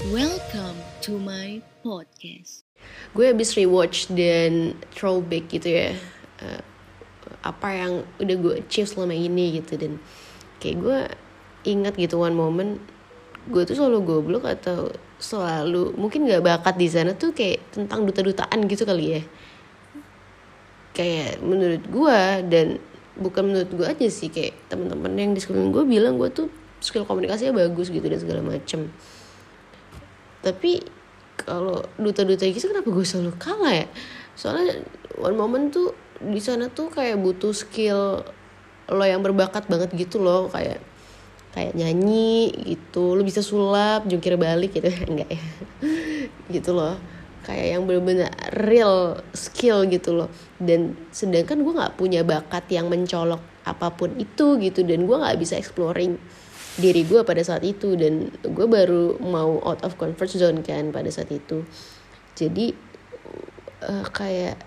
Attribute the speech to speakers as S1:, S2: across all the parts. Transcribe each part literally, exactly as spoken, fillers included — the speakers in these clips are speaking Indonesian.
S1: Welcome to my podcast.
S2: Gue habis rewatch dan throwback gitu ya, uh, apa yang udah gue achieve selama ini gitu. Dan kayak gue ingat gitu one moment, gue tuh selalu goblok atau selalu mungkin gak bakat di sana tuh kayak tentang duta-dutaan gitu kali ya. Kayak menurut gue, dan bukan menurut gue aja sih, kayak teman-teman yang di sekeliling gue bilang gue tuh skill komunikasinya bagus gitu dan segala macem. Tapi kalau duta-duta gitu kenapa gue selalu kalah ya? Soalnya one moment tuh di sana tuh kayak butuh skill lo yang berbakat banget gitu loh, kayak kayak nyanyi gitu, lo bisa sulap, jungkir balik gitu, enggak ya? Gitu loh. Kayak yang benar-benar real skill gitu loh. Dan sedangkan gue nggak punya bakat yang mencolok apapun itu gitu, dan gue nggak bisa exploring diri gue pada saat itu, dan gue baru mau out of comfort zone kan pada saat itu. Jadi uh, kayak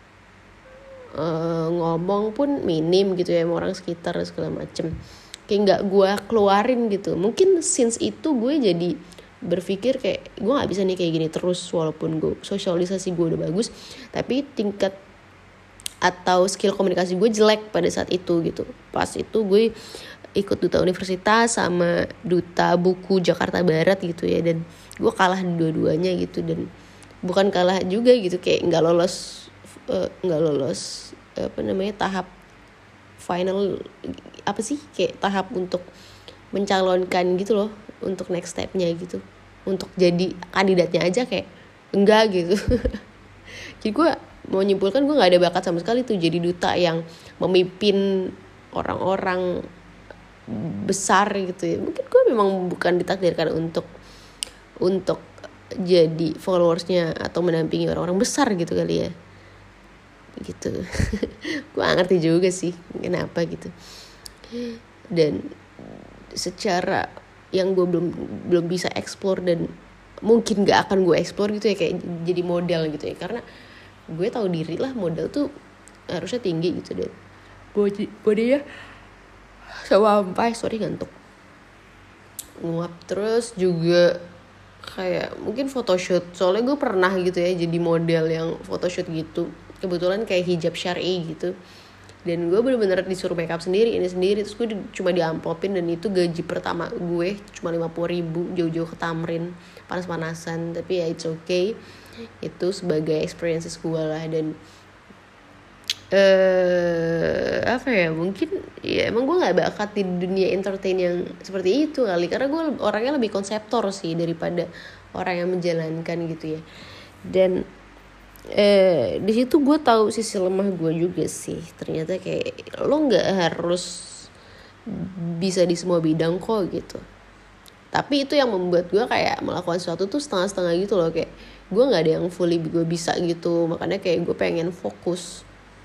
S2: uh, ngomong pun minim gitu ya sama orang sekitar segala macem, kayak nggak gue keluarin gitu. Mungkin since itu gue jadi berpikir kayak gue nggak bisa nih kayak gini terus, walaupun gue sosialisasi gue udah bagus, tapi tingkat atau skill komunikasi gue jelek pada saat itu gitu. Pas itu gue ikut duta universitas sama duta buku Jakarta Barat gitu ya, dan gue kalah dua-duanya gitu. Dan bukan kalah juga gitu, kayak nggak lolos nggak uh, lolos apa namanya tahap final, apa sih, kayak tahap untuk mencalonkan gitu loh, untuk next stepnya gitu, untuk jadi kandidatnya aja kayak enggak gitu. Jadi gue mau nyimpulkan gue nggak ada bakat sama sekali tuh jadi duta yang memimpin orang-orang besar gitu ya. Mungkin gue memang bukan ditakdirkan untuk untuk jadi followersnya atau mendampingi orang-orang besar gitu kali ya, gitu. Gue gak ngerti juga sih kenapa gitu. Dan secara yang gue belum belum bisa explore, dan mungkin gak akan gue explore gitu ya, kayak jadi model gitu ya, karena gue tahu diri lah modal tuh harusnya tinggi gitu. Dan body body ya sampai sorry ngantuk nguap. Terus juga kayak mungkin photoshoot, soalnya gue pernah gitu ya jadi model yang photoshoot gitu, kebetulan kayak hijab syar'i gitu. Dan gue bener-bener disuruh makeup sendiri, ini sendiri. Terus gue di, cuma diamplopin, dan itu gaji pertama gue cuma lima puluh ribu, jauh-jauh ke Tamrin, panas-panasan. Tapi ya it's okay, itu sebagai experiences gue lah. Dan Uh, apa ya, mungkin ya emang gue nggak bakat di dunia entertain yang seperti itu kali, karena gue orangnya lebih konseptor sih daripada orang yang menjalankan gitu ya. Dan uh, di situ gue tahu sisi lemah gue juga sih, ternyata kayak lo nggak harus bisa di semua bidang kok gitu. Tapi itu yang membuat gue kayak melakukan sesuatu tuh setengah-setengah gitu loh, kayak gue nggak ada yang fully gue bisa gitu. Makanya kayak gue pengen fokus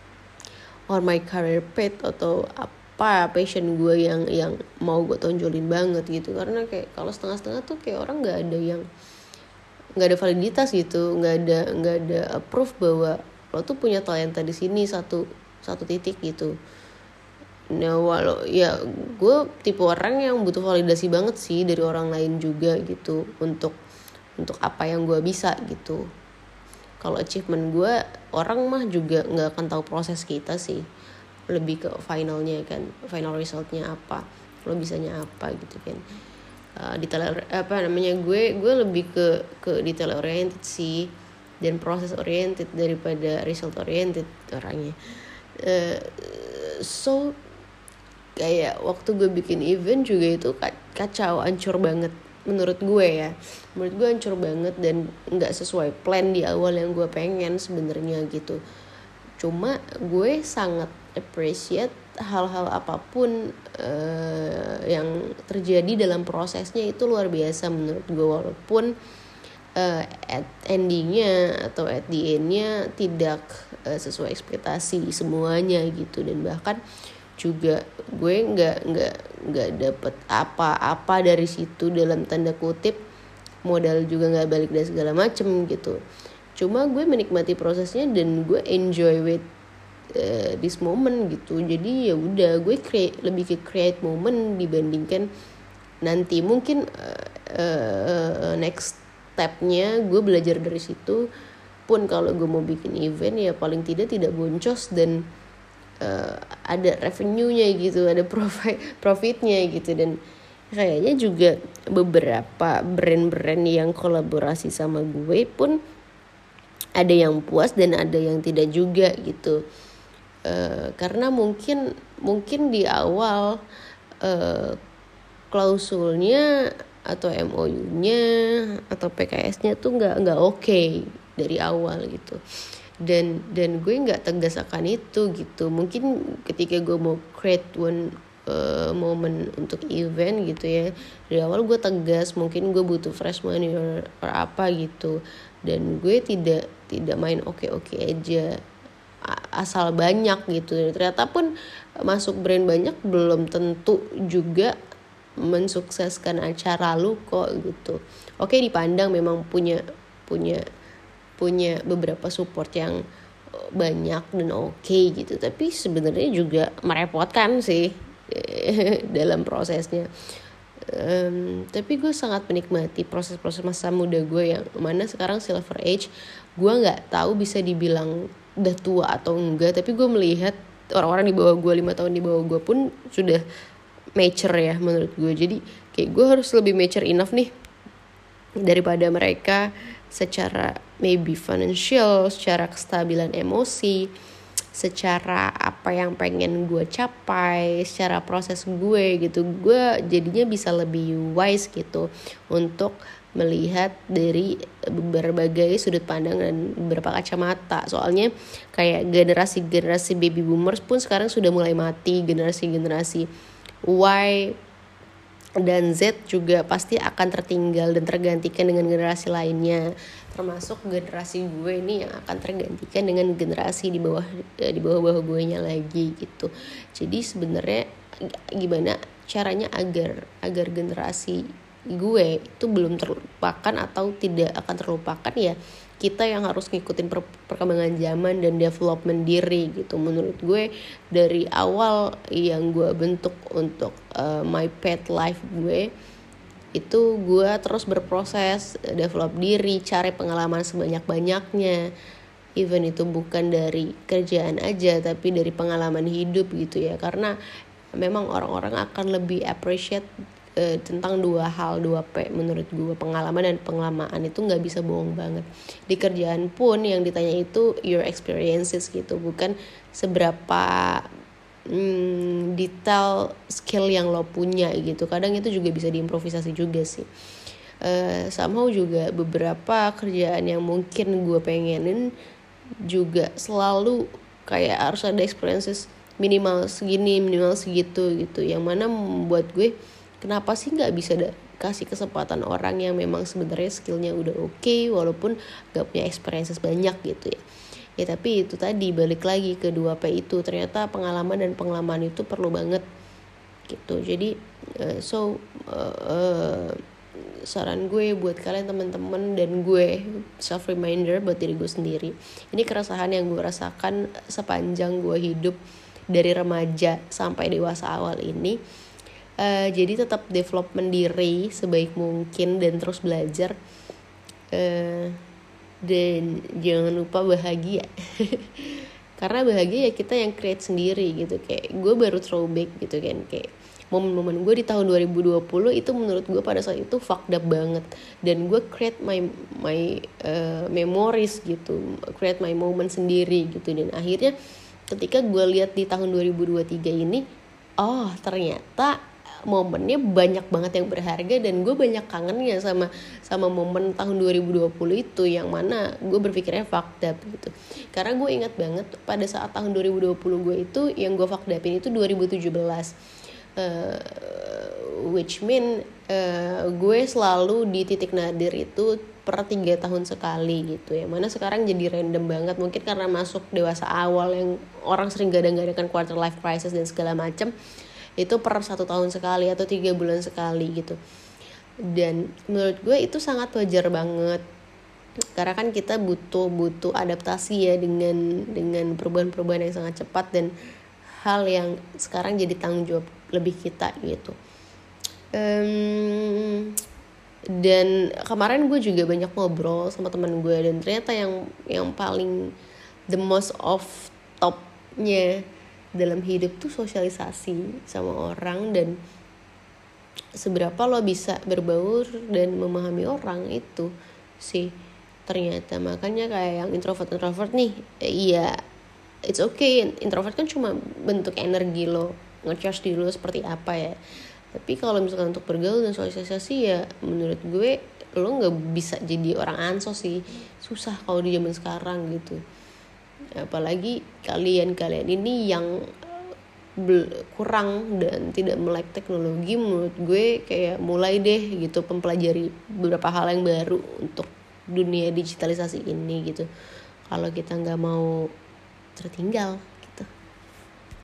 S2: on my career path atau apa passion gue yang yang mau gue tonjolin banget gitu. Karena kayak kalau setengah-setengah tuh kayak orang nggak ada yang nggak ada validitas gitu, nggak ada nggak ada proof bahwa lo tuh punya talenta di sini satu satu titik gitu. Nah walau ya gue tipe orang yang butuh validasi banget sih dari orang lain juga gitu, untuk untuk apa yang gue bisa gitu. Kalau achievement gue, orang mah juga nggak akan tahu proses kita sih, lebih ke finalnya kan, final resultnya apa, lo bisanya apa gitu kan. Uh, detail apa namanya gue gue lebih ke ke detail oriented sih, dan proses oriented daripada result oriented orangnya. Uh, so kayak waktu gue bikin event juga itu kacau, hancur banget. Menurut gue ya, menurut gue hancur banget dan nggak sesuai plan di awal yang gue pengen sebenarnya gitu. Cuma gue sangat appreciate hal-hal apapun uh, yang terjadi dalam prosesnya, itu luar biasa menurut gue. Walaupun uh, at endingnya atau at the endnya tidak uh, sesuai ekspektasi semuanya gitu. Dan bahkan juga gue nggak nggak nggak dapet apa-apa dari situ dalam tanda kutip, modal juga nggak balik dan segala macem gitu. Cuma gue menikmati prosesnya dan gue enjoy with uh, this moment gitu. Jadi ya udah, gue create, lebih ke create moment dibandingkan nanti mungkin uh, uh, next stepnya gue belajar dari situ. Pun kalau gue mau bikin event ya paling tidak tidak boncos dan uh, ada revenue-nya gitu, ada profit profitnya gitu. Dan kayaknya juga beberapa brand-brand yang kolaborasi sama gue pun ada yang puas dan ada yang tidak juga gitu. Uh, karena mungkin mungkin di awal uh, klausulnya atau M O U-nya atau P K S-nya tuh nggak nggak oke dari awal gitu. Dan dan gue nggak tegas akan itu gitu. Mungkin ketika gue mau create one uh, moment untuk event gitu ya, dari awal gue tegas, mungkin gue butuh fresh money or, or apa gitu. Dan gue tidak tidak main oke-oke aja asal banyak gitu. Ternyata pun masuk brand banyak belum tentu juga mensukseskan acara lu kok gitu. Oke, dipandang memang punya punya punya beberapa support yang banyak dan oke okay, gitu, tapi sebenarnya juga merepotkan sih dalam prosesnya. Um, tapi gue sangat menikmati proses-proses masa muda gue yang mana sekarang silver age. Gue nggak tahu bisa dibilang udah tua atau enggak, tapi gue melihat orang-orang di bawah gue, lima tahun di bawah gue pun sudah mature ya menurut gue. Jadi kayak gue harus lebih mature enough nih daripada mereka secara maybe financial, secara kestabilan emosi, secara apa yang pengen gue capai, secara proses gue gitu. Gue jadinya bisa lebih wise gitu untuk melihat dari berbagai sudut pandang dan beberapa kacamata. Soalnya kayak generasi-generasi baby boomers pun sekarang sudah mulai mati, generasi-generasi Y dan Z juga pasti akan tertinggal dan tergantikan dengan generasi lainnya, termasuk generasi gue ini yang akan tergantikan dengan generasi di bawah di bawah-bawah gue nya lagi gitu. Jadi sebenarnya gimana caranya agar agar generasi gue itu belum terlupakan atau tidak akan terlupakan, ya kita yang harus ngikutin per- perkembangan zaman dan development diri gitu. Menurut gue dari awal yang gue bentuk untuk uh, my pet life gue itu, gue terus berproses develop diri, cari pengalaman sebanyak-banyaknya. Even itu bukan dari kerjaan aja tapi dari pengalaman hidup gitu ya, karena memang orang-orang akan lebih appreciate tentang dua hal, dua P menurut gue, pengalaman dan pengalaman itu nggak bisa bohong banget. Di kerjaan pun yang ditanya itu your experiences gitu, bukan seberapa hmm, detail skill yang lo punya gitu. Kadang itu juga bisa diimprovisasi juga sih. Uh, somehow juga beberapa kerjaan yang mungkin gue pengenin juga selalu kayak harus ada experiences minimal segini, minimal segitu gitu, yang mana membuat gue kenapa sih nggak bisa da- kasih kesempatan orang yang memang sebenarnya skillnya udah oke okay, walaupun nggak punya experiences banyak gitu ya. Ya tapi itu tadi balik lagi ke dua P itu, ternyata pengalaman dan pengalaman itu perlu banget gitu. Jadi uh, so uh, uh, saran gue buat kalian teman-teman dan gue self reminder buat diri gue sendiri, ini keresahan yang gue rasakan sepanjang gue hidup dari remaja sampai dewasa awal ini. Uh, jadi tetap development diri sebaik mungkin dan terus belajar, uh, dan jangan lupa bahagia. Karena bahagia ya kita yang create sendiri gitu. Kayak gue baru throwback gitu kan, kayak momen-momen gue di tahun dua ribu dua puluh itu menurut gue pada saat itu fucked up banget, dan gue create my my uh, memories gitu, create my moment sendiri gitu. Dan akhirnya ketika gue lihat di tahun dua ribu dua puluh tiga ini, oh ternyata momennya banyak banget yang berharga, dan gue banyak kangennya sama sama momen tahun dua ribu dua puluh itu, yang mana gue berpikirnya fucked up gitu. Karena gue ingat banget pada saat tahun dua ribu dua puluh gue itu yang gue fucked upin itu dua ribu tujuh belas, uh, which mean uh, gue selalu di titik nadir itu per tiga tahun sekali gitu ya, mana sekarang jadi random banget, mungkin karena masuk dewasa awal yang orang sering gadang-gadangkan quarter life crisis dan segala macam, itu per satu tahun sekali atau tiga bulan sekali gitu. Dan menurut gue itu sangat wajar banget, karena kan kita butuh butuh adaptasi ya dengan dengan perubahan-perubahan yang sangat cepat dan hal yang sekarang jadi tanggung jawab lebih kita gitu. Um, Dan kemarin gue juga banyak ngobrol sama teman gue, dan ternyata yang yang paling the most of topnya dalam hidup tuh sosialisasi sama orang, dan seberapa lo bisa berbaur dan memahami orang itu sih ternyata. Makanya kayak yang introvert introvert nih, eh, iya it's okay, introvert kan cuma bentuk energi lo, nge-charge diri lo seperti apa ya. Tapi kalau misalkan untuk bergaul dan sosialisasi ya menurut gue lo nggak bisa jadi orang ansos sih, susah kalau di zaman sekarang gitu. Apalagi kalian-kalian ini yang kurang dan tidak melek teknologi, menurut gue kayak mulai deh gitu mempelajari beberapa hal yang baru untuk dunia digitalisasi ini gitu, kalau kita nggak mau tertinggal.